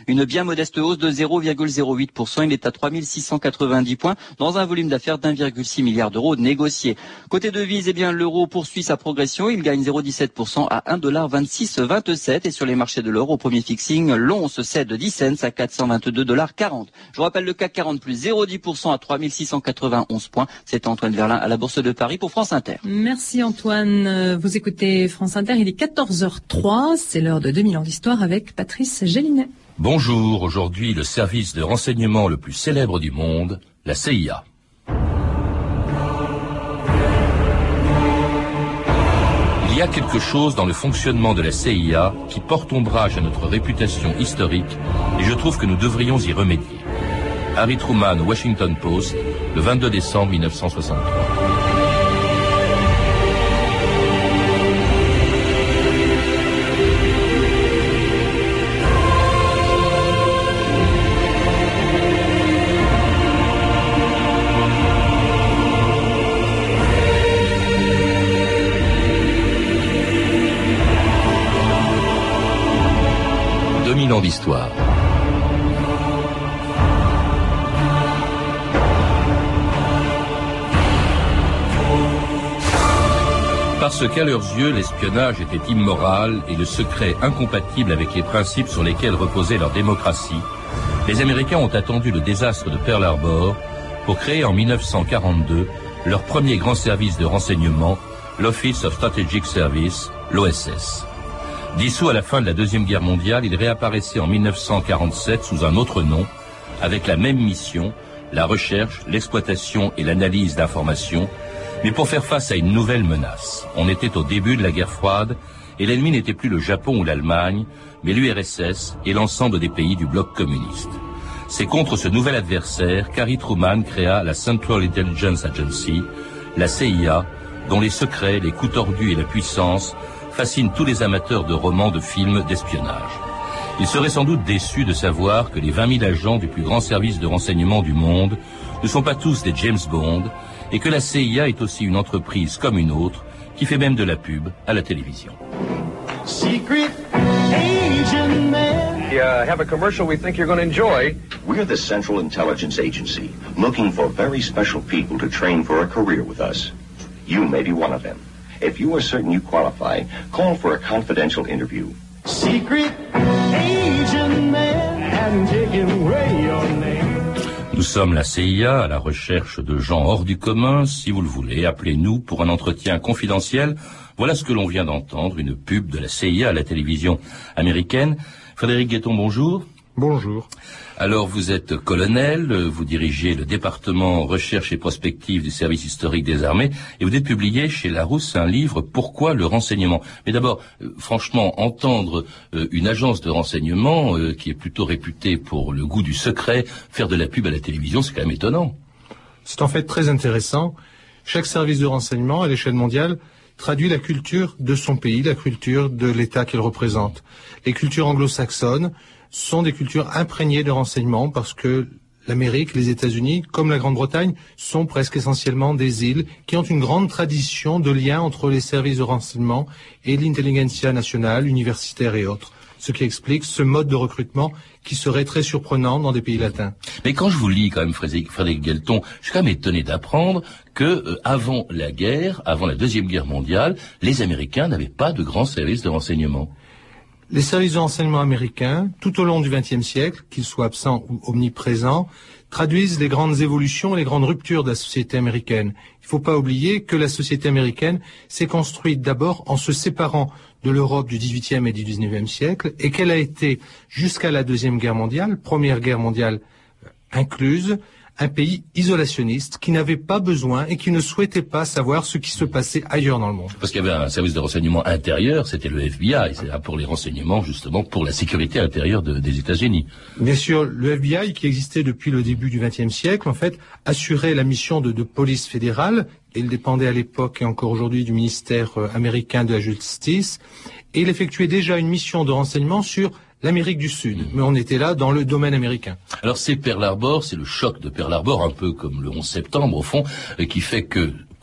une bien modeste hausse de 0,08%. Il est à 3690 points dans un volume d'affaires d'1,6 milliard d'euros négociés. Côté devises, l'euro poursuit sa progression. Il gagne 0,17% à 1,2627 et sur les marchés de l'or, au premier fixing, l'once cède 10 cents à 422,40 $. Je vous rappelle le CAC 40 plus 0,10% à 3691 points. C'est Antoine Verlin à la Bourse de Paris pour France Inter. Merci Antoine. Vous écoutez France Inter, il est 14h03. C'est l'heure de 2000 ans d'histoire avec Patrice Gélinet. Bonjour, aujourd'hui le service de renseignement le plus célèbre du monde, la CIA. Il y a quelque chose dans le fonctionnement de la CIA qui porte ombrage à notre réputation historique et je trouve que nous devrions y remédier. Harry Truman, Washington Post, le 22 décembre 1963. Ans d'histoire. Parce qu'à leurs yeux, l'espionnage était immoral et le secret incompatible avec les principes sur lesquels reposait leur démocratie, les Américains ont attendu le désastre de Pearl Harbor pour créer en 1942 leur premier grand service de renseignement, l'Office of Strategic Service, l'OSS. Dissous à la fin de la Deuxième Guerre mondiale, il réapparaissait en 1947 sous un autre nom, avec la même mission, la recherche, l'exploitation et l'analyse d'informations, mais pour faire face à une nouvelle menace. On était au début de la guerre froide, et l'ennemi n'était plus le Japon ou l'Allemagne, mais l'URSS et l'ensemble des pays du bloc communiste. C'est contre ce nouvel adversaire qu'Harry Truman créa la Central Intelligence Agency, la CIA, dont les secrets, les coups tordus et la puissance fascine tous les amateurs de romans, de films, d'espionnage. Ils seraient sans doute déçus de savoir que les 20 000 agents du plus grand service de renseignement du monde ne sont pas tous des James Bond et que la CIA est aussi une entreprise comme une autre qui fait même de la pub à la télévision. Secret agent man. We have a commercial we think you're going to enjoy. We're the Central Intelligence Agency, looking for very special people to train for a career with us. You may be one of them. If you are certain you qualify, call for a confidential interview. Secret agent man, and taking away your name. Nous sommes la CIA à la recherche de gens hors du commun. Si vous le voulez, appelez-nous pour un entretien confidentiel. Voilà ce que l'on vient d'entendre, une pub de la CIA à la télévision américaine. Frédéric Guetton, bonjour. Bonjour. Alors, vous êtes colonel, vous dirigez le département recherche et prospective du service historique des armées, et vous êtes publié chez Larousse un livre, Pourquoi le renseignement. Mais d'abord, franchement, entendre une agence de renseignement qui est plutôt réputée pour le goût du secret, faire de la pub à la télévision, c'est quand même étonnant. C'est en fait très intéressant. Chaque service de renseignement à l'échelle mondiale traduit la culture de son pays, la culture de l'État qu'il représente. Les cultures anglo-saxonnes sont des cultures imprégnées de renseignements parce que l'Amérique, les États-Unis, comme la Grande-Bretagne, sont presque essentiellement des îles qui ont une grande tradition de lien entre les services de renseignement et l'intelligentsia nationale, universitaire et autres. Ce qui explique ce mode de recrutement qui serait très surprenant dans des pays latins. Mais quand je vous lis quand même Frédéric Guelton, je suis quand même étonné d'apprendre que avant la guerre, avant la Deuxième Guerre mondiale, les Américains n'avaient pas de grands services de renseignement. Les services de renseignement américains, tout au long du XXe siècle, qu'ils soient absents ou omniprésents, traduisent les grandes évolutions et les grandes ruptures de la société américaine. Il ne faut pas oublier que la société américaine s'est construite d'abord en se séparant de l'Europe du XVIIIe et du XIXe siècle et qu'elle a été, jusqu'à la Deuxième Guerre mondiale, Première Guerre mondiale incluse, un pays isolationniste qui n'avait pas besoin et qui ne souhaitait pas savoir ce qui se passait ailleurs dans le monde. Parce qu'il y avait un service de renseignement intérieur, c'était le FBI, c'est là pour les renseignements justement pour la sécurité intérieure des États-Unis. Bien sûr, le FBI qui existait depuis le début du XXe siècle, en fait, assurait la mission de police fédérale. Il dépendait à l'époque et encore aujourd'hui du ministère américain de la Justice et il effectuait déjà une mission de renseignement sur l'Amérique du Sud, mais on était là dans le domaine américain. Alors c'est Pearl Harbor, c'est le choc de Pearl Harbor, un peu comme le 11 septembre au fond, qui fait que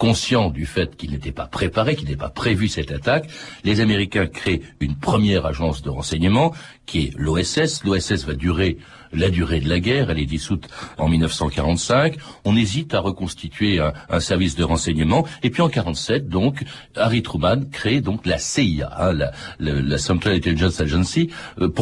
conscients du fait qu'ils n'étaient pas préparés, qu'ils n'étaient pas prévu cette attaque, les Américains créent une première agence de renseignement qui est l'OSS. L'OSS va durer la durée de la guerre, elle est dissoute en 1945. On hésite à reconstituer un service de renseignement. Et puis en 47, donc, Harry Truman crée donc la CIA, la Central Intelligence Agency. Pourquoi ?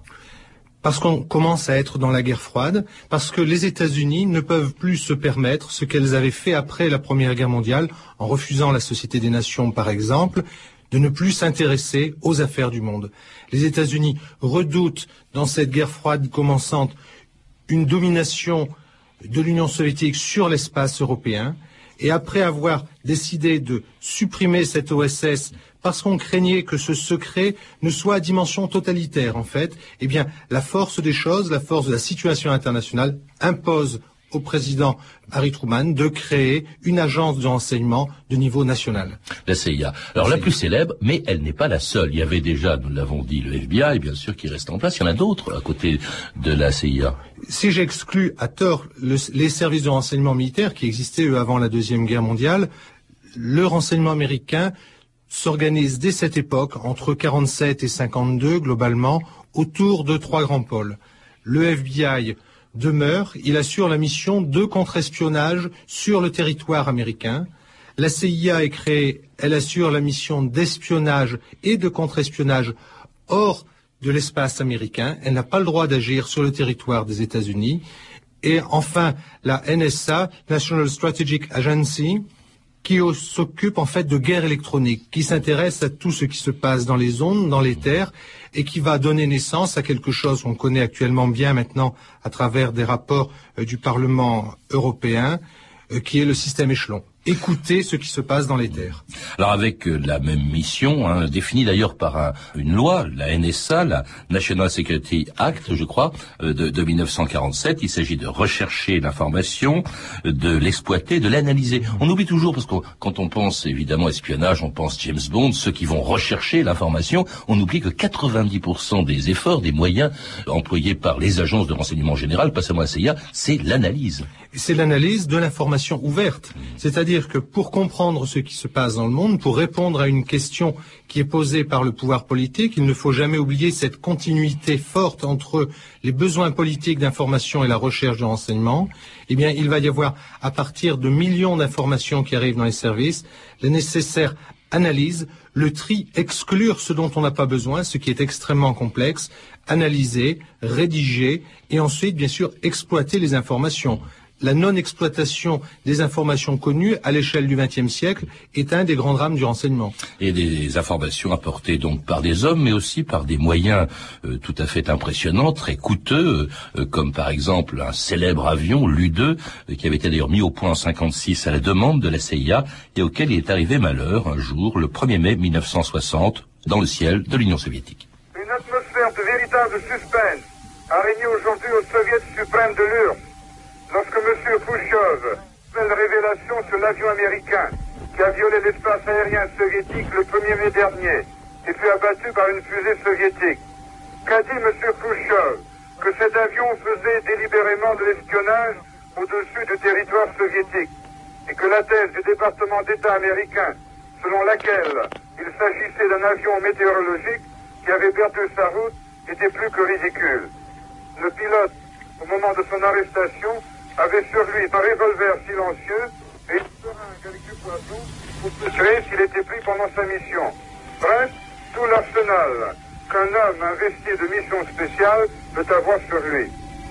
Parce qu'on commence à être dans la guerre froide, parce que les États-Unis ne peuvent plus se permettre ce qu'elles avaient fait après la Première Guerre mondiale, en refusant la Société des Nations par exemple, de ne plus s'intéresser aux affaires du monde. Les États-Unis redoutent, dans cette guerre froide commençante, une domination de l'Union soviétique sur l'espace européen. Et après avoir décidé de supprimer cette OSS parce qu'on craignait que ce secret ne soit à dimension totalitaire, en fait, eh bien, la force des choses, la force de la situation internationale impose au président Harry Truman de créer une agence de renseignement de niveau national. La CIA. Alors la plus célèbre, mais elle n'est pas la seule. Il y avait déjà, nous l'avons dit, le FBI, bien sûr, qui reste en place. Il y en a d'autres à côté de la CIA. Si j'exclus à tort les services de renseignement militaires qui existaient avant la Deuxième Guerre mondiale, le renseignement américain s'organise dès cette époque, entre 47 et 52 globalement, autour de 3 grands pôles. Le FBI demeure, il assure la mission de contre-espionnage sur le territoire américain. La CIA est créée, elle assure la mission d'espionnage et de contre-espionnage hors de l'espace américain. Elle n'a pas le droit d'agir sur le territoire des États-Unis. Et enfin, la NSA, National Strategic Agency, qui s'occupe en fait de guerre électronique, qui s'intéresse à tout ce qui se passe dans les ondes, dans les terres, et qui va donner naissance à quelque chose qu'on connaît actuellement bien maintenant à travers des rapports du Parlement européen, qui est le système échelon. Écouter ce qui se passe dans les terres. Alors avec la même mission, définie d'ailleurs par une loi, la NSA, la National Security Act, je crois, de 1947, il s'agit de rechercher l'information, de l'exploiter, de l'analyser. On oublie toujours, parce que quand on pense évidemment espionnage, on pense James Bond, ceux qui vont rechercher l'information, on oublie que 90% des efforts, des moyens employés par les agences de renseignement général, pas seulement la CIA, c'est l'analyse. C'est l'analyse de l'information ouverte. C'est-à-dire que pour comprendre ce qui se passe dans le monde, pour répondre à une question qui est posée par le pouvoir politique, il ne faut jamais oublier cette continuité forte entre les besoins politiques d'information et la recherche de renseignement. Eh bien, il va y avoir, à partir de millions d'informations qui arrivent dans les services, la nécessaire analyse, le tri, exclure ce dont on n'a pas besoin, ce qui est extrêmement complexe, analyser, rédiger et ensuite, bien sûr, exploiter les informations. La non-exploitation des informations connues à l'échelle du XXe siècle est un des grands drames du renseignement. Et des informations apportées donc par des hommes, mais aussi par des moyens tout à fait impressionnants, très coûteux, comme par exemple un célèbre avion, l'U-2, qui avait été d'ailleurs mis au point en 1956 à la demande de la CIA, et auquel il est arrivé malheur un jour, le 1er mai 1960, dans le ciel de l'Union soviétique. Une atmosphère de véritable suspense a régné aujourd'hui au Soviet suprême de l'URSS. Lorsque M. Khrouchtchev fait la révélation sur l'avion américain qui a violé l'espace aérien soviétique le 1er mai dernier et fut abattu par une fusée soviétique. Qu'a dit M. Khrouchtchev? Que cet avion faisait délibérément de l'espionnage au-dessus du territoire soviétique et que la thèse du département d'État américain, selon laquelle il s'agissait d'un avion météorologique qui avait perdu sa route, était plus que ridicule. Le pilote, au moment de son arrestation, avait sur lui un revolver silencieux et une seringue avec du poison pour se tuer s'il était pris pendant sa mission. Bref, tout l'arsenal qu'un homme investi de mission spéciale peut avoir sur lui.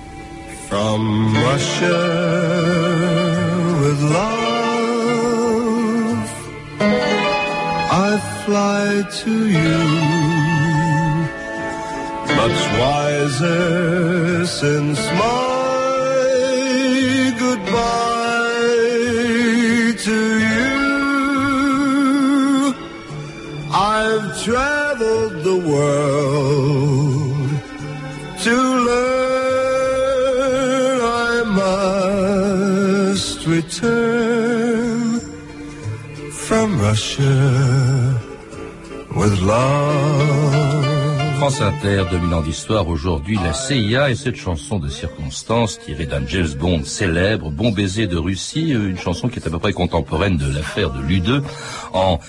From Russia with love, I fly to you, much wiser since my goodbye to you. I've traveled the world to learn I must return from Russia with love. France Inter, 2000 ans d'histoire, aujourd'hui la CIA et cette chanson de circonstance tirée d'un James Bond célèbre, Bon baiser de Russie, une chanson qui est à peu près contemporaine de l'affaire de l'U-2 en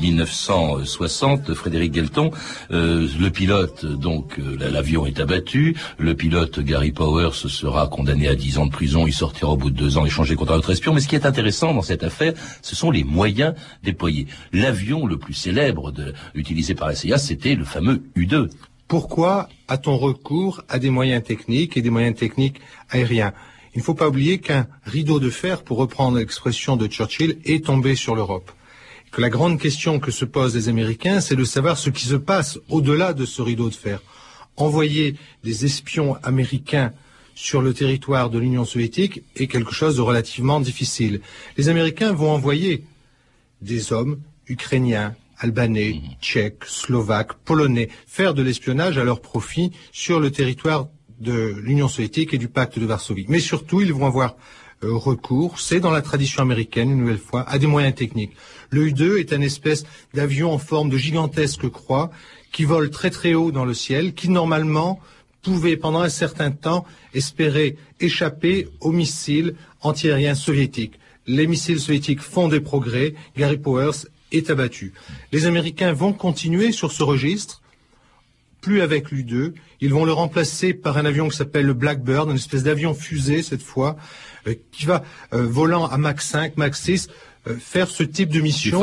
1960. Frédéric Guelton, le pilote, donc l'avion est abattu, le pilote Gary Powers sera condamné à 10 ans de prison, il sortira au bout de 2 ans échangé contre un autre espion, mais ce qui est intéressant dans cette affaire, ce sont les moyens déployés. L'avion le plus célèbre utilisé par la CIA, c'était le fameux U-2. Pourquoi a-t-on recours à des moyens techniques et des moyens techniques aériens? Il ne faut pas oublier qu'un rideau de fer, pour reprendre l'expression de Churchill, est tombé sur l'Europe. Que la grande question que se posent les Américains, c'est de savoir ce qui se passe au-delà de ce rideau de fer. Envoyer des espions américains sur le territoire de l'Union soviétique est quelque chose de relativement difficile. Les Américains vont envoyer des hommes ukrainiens, albanais, tchèques, slovaques, polonais, faire de l'espionnage à leur profit sur le territoire de l'Union soviétique et du pacte de Varsovie. Mais surtout, ils vont avoir recours, c'est dans la tradition américaine, une nouvelle fois, à des moyens techniques. Le U-2 est une espèce d'avion en forme de gigantesque croix qui vole très très haut dans le ciel, qui normalement pouvait pendant un certain temps espérer échapper aux missiles antiaériens soviétiques. Les missiles soviétiques font des progrès, Gary Powers est abattu. Les Américains vont continuer sur ce registre, plus avec l'U-2, ils vont le remplacer par un avion qui s'appelle le Blackbird, une espèce d'avion fusée cette fois, qui va, volant à Mach 5, Mach 6, faire ce type de mission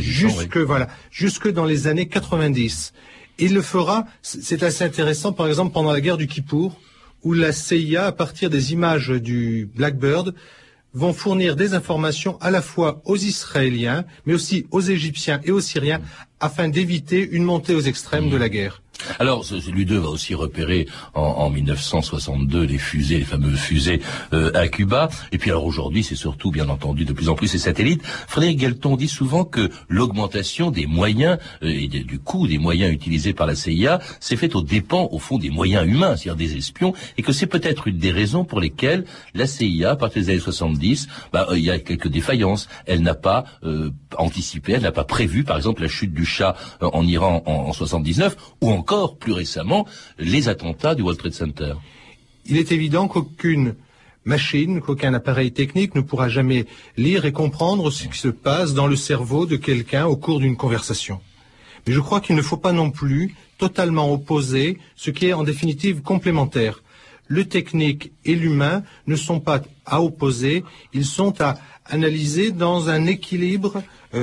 jusque dans les années 90. Il le fera, c'est assez intéressant, par exemple pendant la guerre du Kippour, où la CIA, à partir des images du Blackbird, vont fournir des informations à la fois aux Israéliens, mais aussi aux Égyptiens et aux Syriens, afin d'éviter une montée aux extrêmes de la guerre. Alors, l'U-2 va aussi repérer en 1962 les fameuses fusées à Cuba. Et puis alors aujourd'hui, c'est surtout, bien entendu, de plus en plus ces satellites. Frédéric Guelton dit souvent que l'augmentation des moyens et du coût des moyens utilisés par la CIA s'est faite aux dépens, au fond, des moyens humains, c'est-à-dire des espions, et que c'est peut-être une des raisons pour lesquelles la CIA, à partir des années 70, il y a quelques défaillances. Elle n'a pas anticipé, elle n'a pas prévu, par exemple, la chute du Shah en Iran en 79, ou encore, plus récemment, les attentats du World Trade Center. Il est évident qu'aucune machine, qu'aucun appareil technique ne pourra jamais lire et comprendre ce qui se passe dans le cerveau de quelqu'un au cours d'une conversation. Mais je crois qu'il ne faut pas non plus totalement opposer ce qui est en définitive complémentaire. Le technique et l'humain ne sont pas à opposer, ils sont à analyser dans un équilibre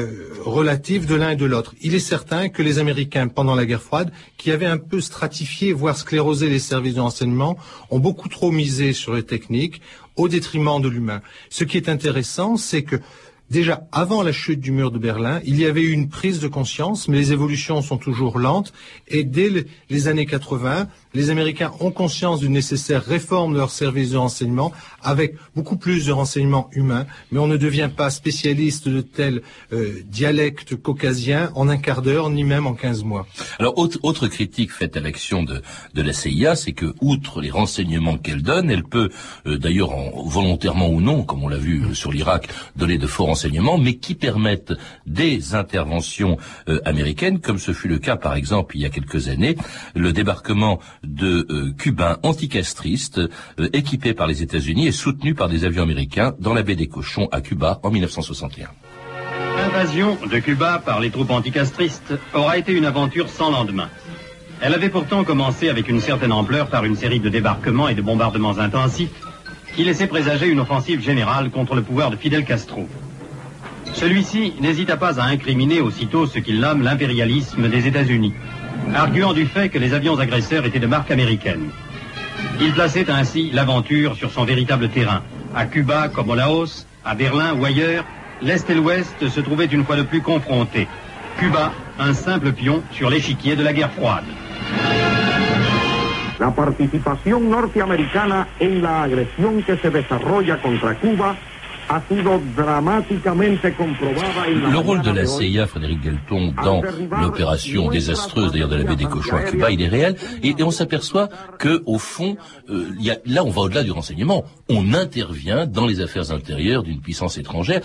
relatif de l'un et de l'autre. Il est certain que les Américains, pendant la guerre froide, qui avaient un peu stratifié, voire sclérosé les services de renseignement, ont beaucoup trop misé sur les techniques au détriment de l'humain. Ce qui est intéressant, c'est que déjà, avant la chute du mur de Berlin, il y avait eu une prise de conscience, mais les évolutions sont toujours lentes. Et dès les années 80, les Américains ont conscience d'une nécessaire réforme de leurs services de renseignement, avec beaucoup plus de renseignements humains. Mais on ne devient pas spécialiste de tels dialectes caucasiens en un quart d'heure, ni même en 15 mois. Alors, autre critique faite à l'action de la CIA, c'est que, outre les renseignements qu'elle donne, elle peut, d'ailleurs volontairement ou non, comme on l'a vu sur l'Irak, donner de faux renseignements, mais qui permettent des interventions américaines, comme ce fut le cas, par exemple, il y a quelques années, le débarquement de Cubains anticastristes équipés par les États-Unis et soutenus par des avions américains dans la baie des Cochons à Cuba en 1961. L'invasion de Cuba par les troupes anticastristes aura été une aventure sans lendemain. Elle avait pourtant commencé avec une certaine ampleur par une série de débarquements et de bombardements intensifs qui laissaient présager une offensive générale contre le pouvoir de Fidel Castro. Celui-ci n'hésita pas à incriminer aussitôt ce qu'il nomme l'impérialisme des États-Unis, arguant du fait que les avions agresseurs étaient de marque américaine. Il plaçait ainsi l'aventure sur son véritable terrain. À Cuba comme au Laos, à Berlin ou ailleurs, l'Est et l'Ouest se trouvaient une fois de plus confrontés. Cuba, un simple pion sur l'échiquier de la guerre froide. La participación norteamericana en la agresión que se desarrolla contra Cuba Le rôle de la CIA, Frédéric Guelton, dans l'opération désastreuse d'ailleurs de la baie des Cochons à Cuba, il est réel, et on s'aperçoit que au fond, là on va au-delà du renseignement, on intervient dans les affaires intérieures d'une puissance étrangère,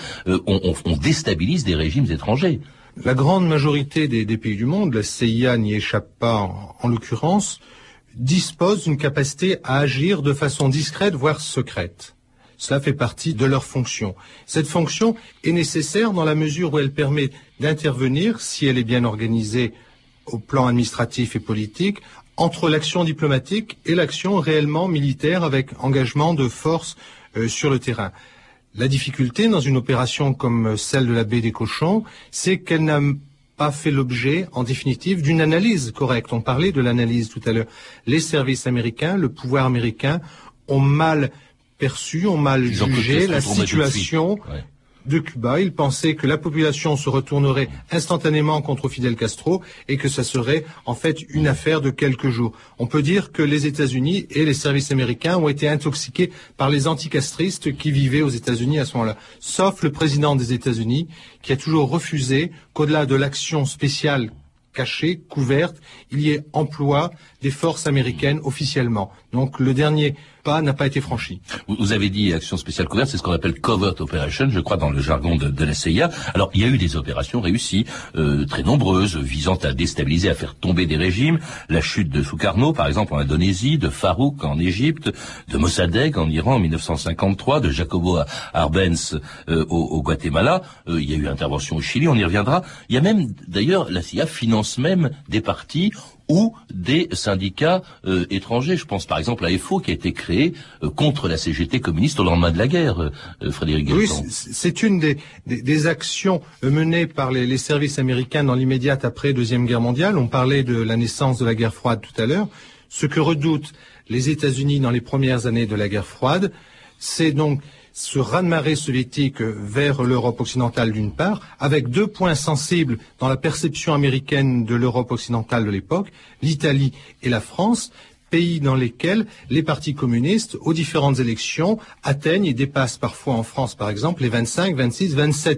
on déstabilise des régimes étrangers. La grande majorité des pays du monde, la CIA n'y échappe pas en l'occurrence, dispose d'une capacité à agir de façon discrète, voire secrète. Cela fait partie de leur fonction. Cette fonction est nécessaire dans la mesure où elle permet d'intervenir, si elle est bien organisée au plan administratif et politique, entre l'action diplomatique et l'action réellement militaire avec engagement de forces sur le terrain. La difficulté dans une opération comme celle de la baie des Cochons, c'est qu'elle n'a pas fait l'objet, en définitive, d'une analyse correcte. On parlait de l'analyse tout à l'heure. Les services américains, le pouvoir américain ont mal perçu, ont mal jugé la situation de Cuba. Ils pensaient que la population se retournerait instantanément contre Fidel Castro et que ça serait en fait une affaire de quelques jours. On peut dire que les États-Unis et les services américains ont été intoxiqués par les anticastristes qui vivaient aux États-Unis à ce moment-là. Sauf le président des États-Unis qui a toujours refusé qu'au-delà de l'action spéciale cachée, couverte, il y ait emploi des forces américaines officiellement. Donc le dernier pas n'a pas été franchi. Vous avez dit action spéciale couverte, c'est ce qu'on appelle covert operation, je crois, dans le jargon de la CIA. Alors il y a eu des opérations réussies, très nombreuses, visant à déstabiliser, à faire tomber des régimes. La chute de Sukarno, par exemple, en Indonésie, de Farouk en Égypte, de Mossadegh en Iran en 1953, de Jacobo Arbenz au Guatemala. Il y a eu intervention au Chili, on y reviendra. Il y a même, d'ailleurs, la CIA finance même des partis ou des syndicats étrangers. Je pense par exemple à FO qui a été créé contre la CGT communiste au lendemain de la guerre, Frédéric Guelton. Oui, c'est une des actions menées par les services américains dans l'immédiate après Deuxième Guerre mondiale. On parlait de la naissance de la guerre froide tout à l'heure. Ce que redoutent les États-Unis dans les premières années de la guerre froide, c'est donc ce raz-de-marée soviétique vers l'Europe occidentale d'une part, avec deux points sensibles dans la perception américaine de l'Europe occidentale de l'époque, l'Italie et la France, pays dans lesquels les partis communistes, aux différentes élections, atteignent et dépassent parfois en France, par exemple, les 25, 26,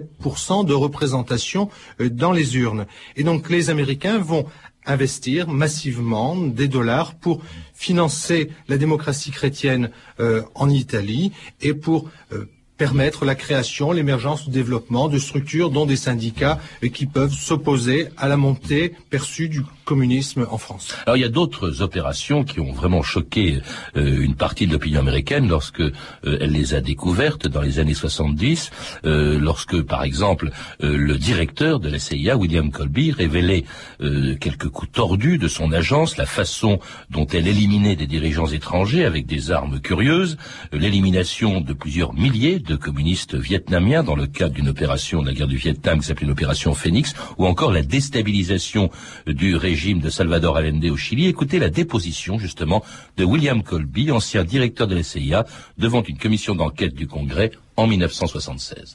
27% de représentation dans les urnes. Et donc les Américains vont investir massivement des dollars pour financer la démocratie chrétienne en Italie et pour permettre la création, l'émergence, le développement de structures dont des syndicats qui peuvent s'opposer à la montée perçue du communisme en France. Alors il y a d'autres opérations qui ont vraiment choqué une partie de l'opinion américaine lorsque elle les a découvertes dans les années 70, lorsque par exemple le directeur de la CIA, William Colby, révélait quelques coups tordus de son agence, la façon dont elle éliminait des dirigeants étrangers avec des armes curieuses, l'élimination de plusieurs milliers de communistes vietnamiens dans le cadre d'une opération de la guerre du Vietnam qui s'appelait l'opération Phoenix, ou encore la déstabilisation du régime de Salvador Allende au Chili. Écoutez la déposition justement de William Colby, ancien directeur de la CIA, devant une commission d'enquête du Congrès en 1976.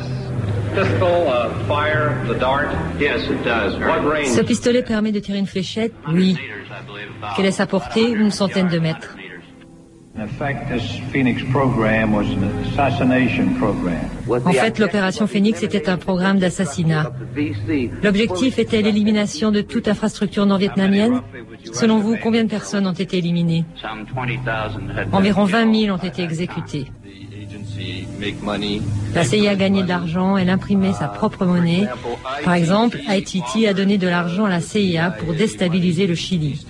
Ce pistolet permet de tirer une fléchette? Oui. Quelle est sa portée? Une centaine de mètres. En fait, l'opération Phoenix était un programme d'assassinat. L'objectif était l'élimination de toute infrastructure non vietnamienne. Selon vous, combien de personnes ont été éliminées? Environ 20 000 ont été exécutées. La CIA a gagné de l'argent, elle imprimait sa propre monnaie. Par exemple, Haïti a donné de l'argent à la CIA pour déstabiliser le Chili.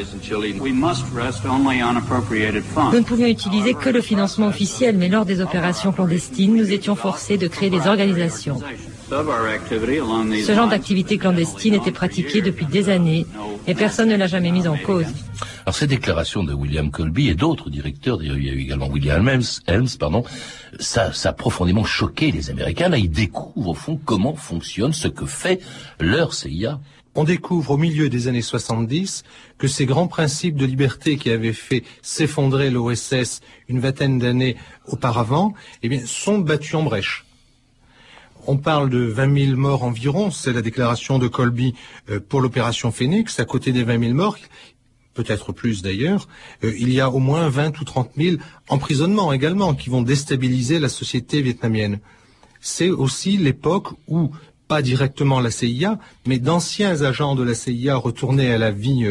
Nous ne pouvions utiliser que le financement officiel, mais lors des opérations clandestines, nous étions forcés de créer des organisations. Ce genre d'activité clandestine était pratiqué depuis des années et personne ne l'a jamais mise en cause. Alors ces déclarations de William Colby et d'autres directeurs, d'ailleurs il y a eu également William Helms, ça a profondément choqué les Américains. Là, ils découvrent au fond comment fonctionne ce que fait leur CIA. On découvre au milieu des années 70 que ces grands principes de liberté qui avaient fait s'effondrer l'OSS une vingtaine d'années auparavant, sont battus en brèche. On parle de 20 000 morts environ, c'est la déclaration de Colby pour l'opération Phoenix. À côté des 20 000 morts, peut-être plus d'ailleurs, il y a au moins 20 ou 30 000 emprisonnements également qui vont déstabiliser la société vietnamienne. C'est aussi l'époque où, pas directement la CIA, mais d'anciens agents de la CIA retournés à la vie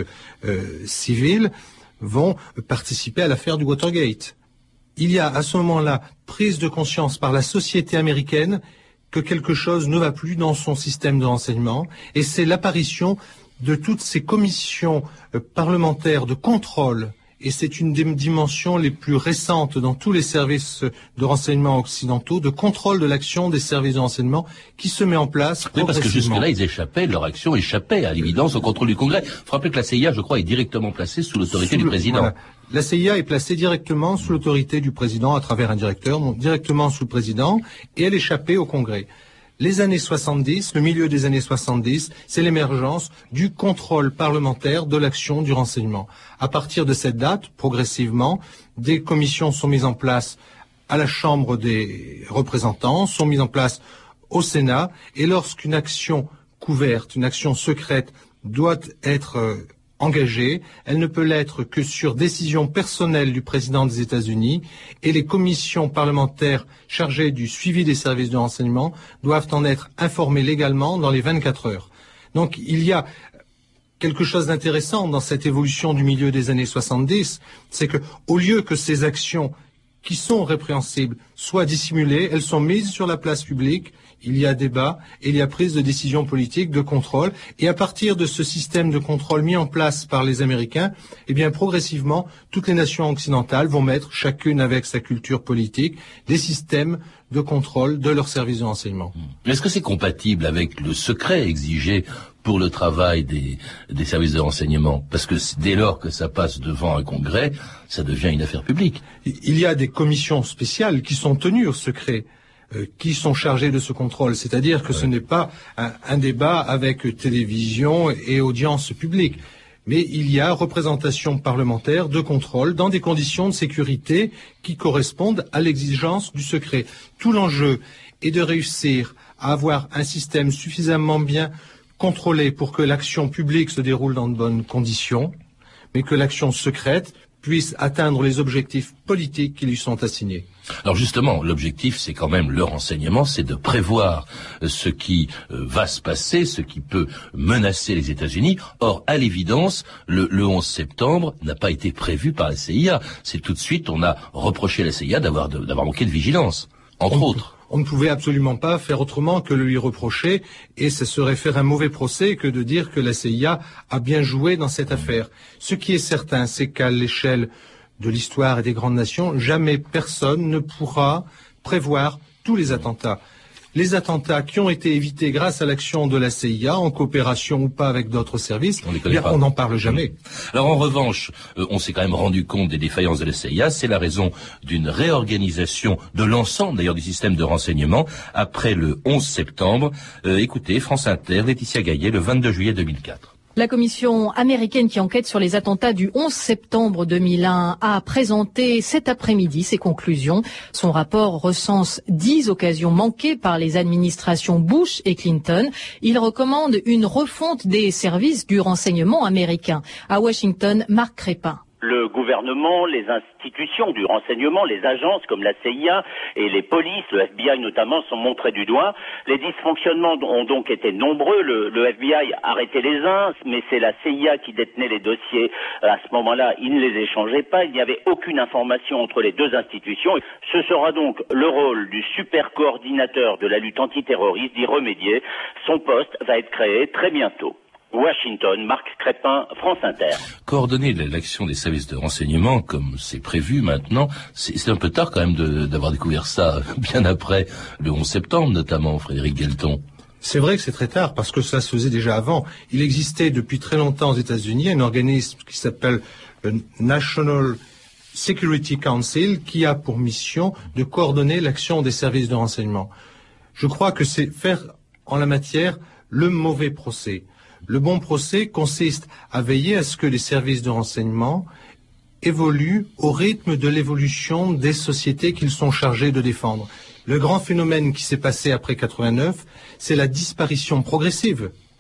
civile vont participer à l'affaire du Watergate. Il y a à ce moment-là prise de conscience par la société américaine que quelque chose ne va plus dans son système de renseignement, et c'est l'apparition de toutes ces commissions parlementaires de contrôle, et c'est une des dimensions les plus récentes dans tous les services de renseignement occidentaux, de contrôle de l'action des services de renseignement qui se met en place progressivement. Oui, parce que jusque-là, leur action échappait à l'évidence au contrôle du Congrès. Il faut rappeler que la CIA, je crois, est directement placée sous l'autorité du président. Voilà. La CIA est placée directement sous l'autorité du président à travers un directeur, donc directement sous le président, et elle échappait au Congrès. Les années 70, le milieu des années 70, c'est l'émergence du contrôle parlementaire de l'action du renseignement. À partir de cette date, progressivement, des commissions sont mises en place à la Chambre des représentants, sont mises en place au Sénat, et lorsqu'une action couverte, une action secrète doit être engagée, elle ne peut l'être que sur décision personnelle du président des États-Unis, et les commissions parlementaires chargées du suivi des services de renseignement doivent en être informées légalement dans les 24 heures. Donc il y a quelque chose d'intéressant dans cette évolution du milieu des années 70, c'est que au lieu que ces actions qui sont répréhensibles soient dissimulées, elles sont mises sur la place publique, il y a débat et il y a prise de décision politique, de contrôle. Et à partir de ce système de contrôle mis en place par les Américains, eh bien progressivement, toutes les nations occidentales vont mettre, chacune avec sa culture politique, des systèmes de contrôle de leurs services de renseignement. Est-ce que c'est compatible avec le secret exigé pour le travail des services de renseignement? Parce que dès lors que ça passe devant un congrès, ça devient une affaire publique. Il y a des commissions spéciales qui sont tenues au secret, qui sont chargées de ce contrôle. C'est-à-dire que ce n'est pas un débat avec télévision et audience publique. Mais il y a représentation parlementaire de contrôle dans des conditions de sécurité qui correspondent à l'exigence du secret. Tout l'enjeu est de réussir à avoir un système suffisamment bien contrôlé pour que l'action publique se déroule dans de bonnes conditions, mais que l'action secrète puisse atteindre les objectifs politiques qui lui sont assignés. Alors justement, l'objectif, c'est quand même le renseignement, c'est de prévoir ce qui va se passer, ce qui peut menacer les États-Unis. Or, à l'évidence, le 11 septembre n'a pas été prévu par la CIA. C'est tout de suite, on a reproché à la CIA d'avoir manqué de vigilance, entre autres. On ne pouvait absolument pas faire autrement que le lui reprocher, et ce serait faire un mauvais procès que de dire que la CIA a bien joué dans cette affaire. Ce qui est certain, c'est qu'à l'échelle de l'histoire et des grandes nations, jamais personne ne pourra prévoir tous les attentats. Les attentats qui ont été évités grâce à l'action de la CIA, en coopération ou pas avec d'autres services, on n'en parle jamais. Alors en revanche, on s'est quand même rendu compte des défaillances de la CIA. C'est la raison d'une réorganisation de l'ensemble d'ailleurs du système de renseignement après le 11 septembre. Écoutez, France Inter, Laetitia Gaillet, le 22 juillet 2004. La commission américaine qui enquête sur les attentats du 11 septembre 2001 a présenté cet après-midi ses conclusions. Son rapport recense 10 occasions manquées par les administrations Bush et Clinton. Il recommande une refonte des services du renseignement américain. À Washington, Marc Crépin. Le gouvernement, les institutions du renseignement, les agences comme la CIA et les polices, le FBI notamment, sont montrés du doigt. Les dysfonctionnements ont donc été nombreux. Le FBI a arrêté les uns, mais c'est la CIA qui détenait les dossiers. À ce moment-là, il ne les échangeait pas. Il n'y avait aucune information entre les deux institutions. Ce sera donc le rôle du super coordinateur de la lutte antiterroriste d'y remédier. Son poste va être créé très bientôt. Washington, Marc Crépin, France Inter. Coordonner l'action des services de renseignement, comme c'est prévu maintenant, c'est un peu tard quand même d'avoir découvert ça bien après le 11 septembre, notamment, Frédéric Guelton. C'est vrai que c'est très tard, parce que ça se faisait déjà avant. Il existait depuis très longtemps aux États-Unis un organisme qui s'appelle le National Security Council, qui a pour mission de coordonner l'action des services de renseignement. Je crois que c'est faire en la matière le mauvais procès. Le bon procès consiste à veiller à ce que les services de renseignement évoluent au rythme de l'évolution des sociétés qu'ils sont chargés de défendre. Le grand phénomène qui s'est passé après 89, c'est la disparition progressive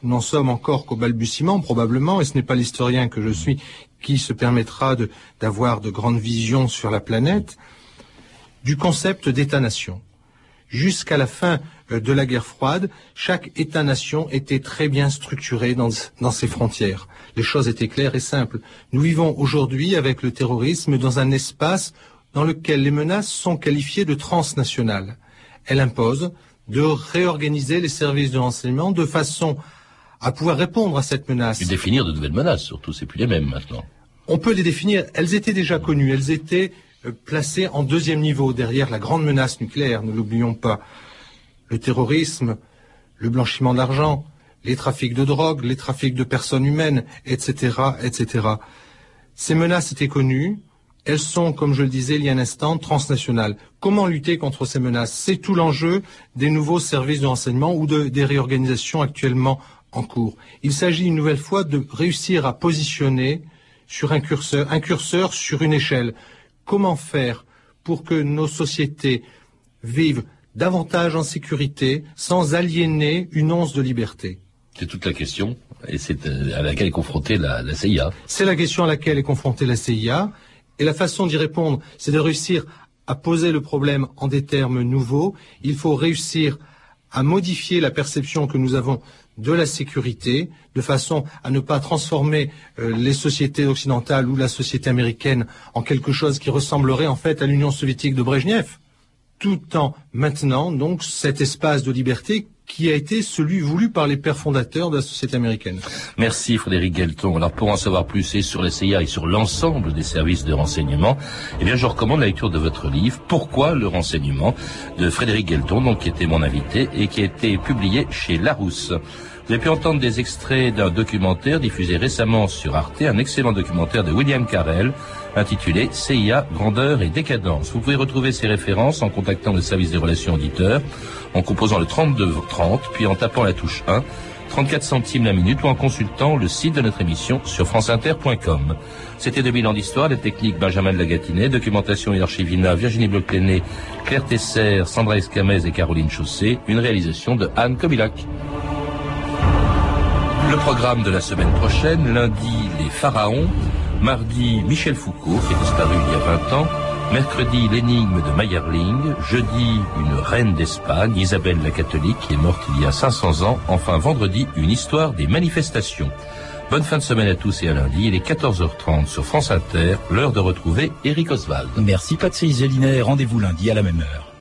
nous n'en sommes encore qu'au balbutiement probablement, et ce n'est pas l'historien que je suis qui se permettra d'avoir de grandes visions sur la planète, du concept d'État-nation. Jusqu'à la fin de la guerre froide, chaque État-nation était très bien structuré dans ses frontières. Les choses étaient claires et simples. Nous vivons aujourd'hui avec le terrorisme dans un espace dans lequel les menaces sont qualifiées de transnationales. Elle impose de réorganiser les services de renseignement de façon à pouvoir répondre à cette menace. Et définir de nouvelles menaces, surtout, c'est plus les mêmes maintenant. On peut les définir, elles étaient déjà connues, elles étaient placées en deuxième niveau, derrière la grande menace nucléaire, ne l'oublions pas. Le terrorisme, le blanchiment d'argent, les trafics de drogue, les trafics de personnes humaines, etc., etc. Ces menaces étaient connues, elles sont, comme je le disais il y a un instant, transnationales. Comment lutter contre ces menaces? C'est tout l'enjeu des nouveaux services de renseignement ou des réorganisations actuellement en cours. Il s'agit une nouvelle fois de réussir à positionner sur un curseur sur une échelle. Comment faire pour que nos sociétés vivent davantage en sécurité sans aliéner une once de liberté? C'est toute la question, et c'est à laquelle est confrontée la CIA. C'est la question à laquelle est confrontée la CIA, et la façon d'y répondre, c'est de réussir à poser le problème en des termes nouveaux. Il faut réussir à modifier la perception que nous avons de la sécurité, de façon à ne pas transformer les sociétés occidentales ou la société américaine en quelque chose qui ressemblerait en fait à l'Union soviétique de Brejnev, tout en maintenant donc cet espace de liberté qui a été celui voulu par les pères fondateurs de la société américaine. Merci Frédéric Guelton. Alors pour en savoir plus et sur la CIA et sur l'ensemble des services de renseignement, eh bien je recommande la lecture de votre livre « Pourquoi le renseignement ?» de Frédéric Guelton, donc qui était mon invité et qui a été publié chez Larousse. Vous avez pu entendre des extraits d'un documentaire diffusé récemment sur Arte, un excellent documentaire de William Carell intitulé CIA, grandeur et décadence. Vous pouvez retrouver ces références en contactant le service des relations auditeurs, en composant le 3230, puis en tapant la touche 1, 34 centimes la minute, ou en consultant le site de notre émission sur franceinter.com. C'était 2000 ans d'histoire, les techniques Benjamin de la Gâtinais, documentation et archivina Virginie Bloch-Lenné, Claire Tesser, Sandra Escamez et Caroline Chaussé, une réalisation de Anne Kobilac. Le programme de la semaine prochaine, lundi, les pharaons, mardi, Michel Foucault, qui est disparu il y a 20 ans, mercredi, l'énigme de Mayerling, jeudi, une reine d'Espagne, Isabelle la catholique, qui est morte il y a 500 ans, enfin vendredi, une histoire des manifestations. Bonne fin de semaine à tous et à lundi, il est 14h30 sur France Inter, l'heure de retrouver Éric Oswald. Merci Patsy Gélinet, rendez-vous lundi à la même heure.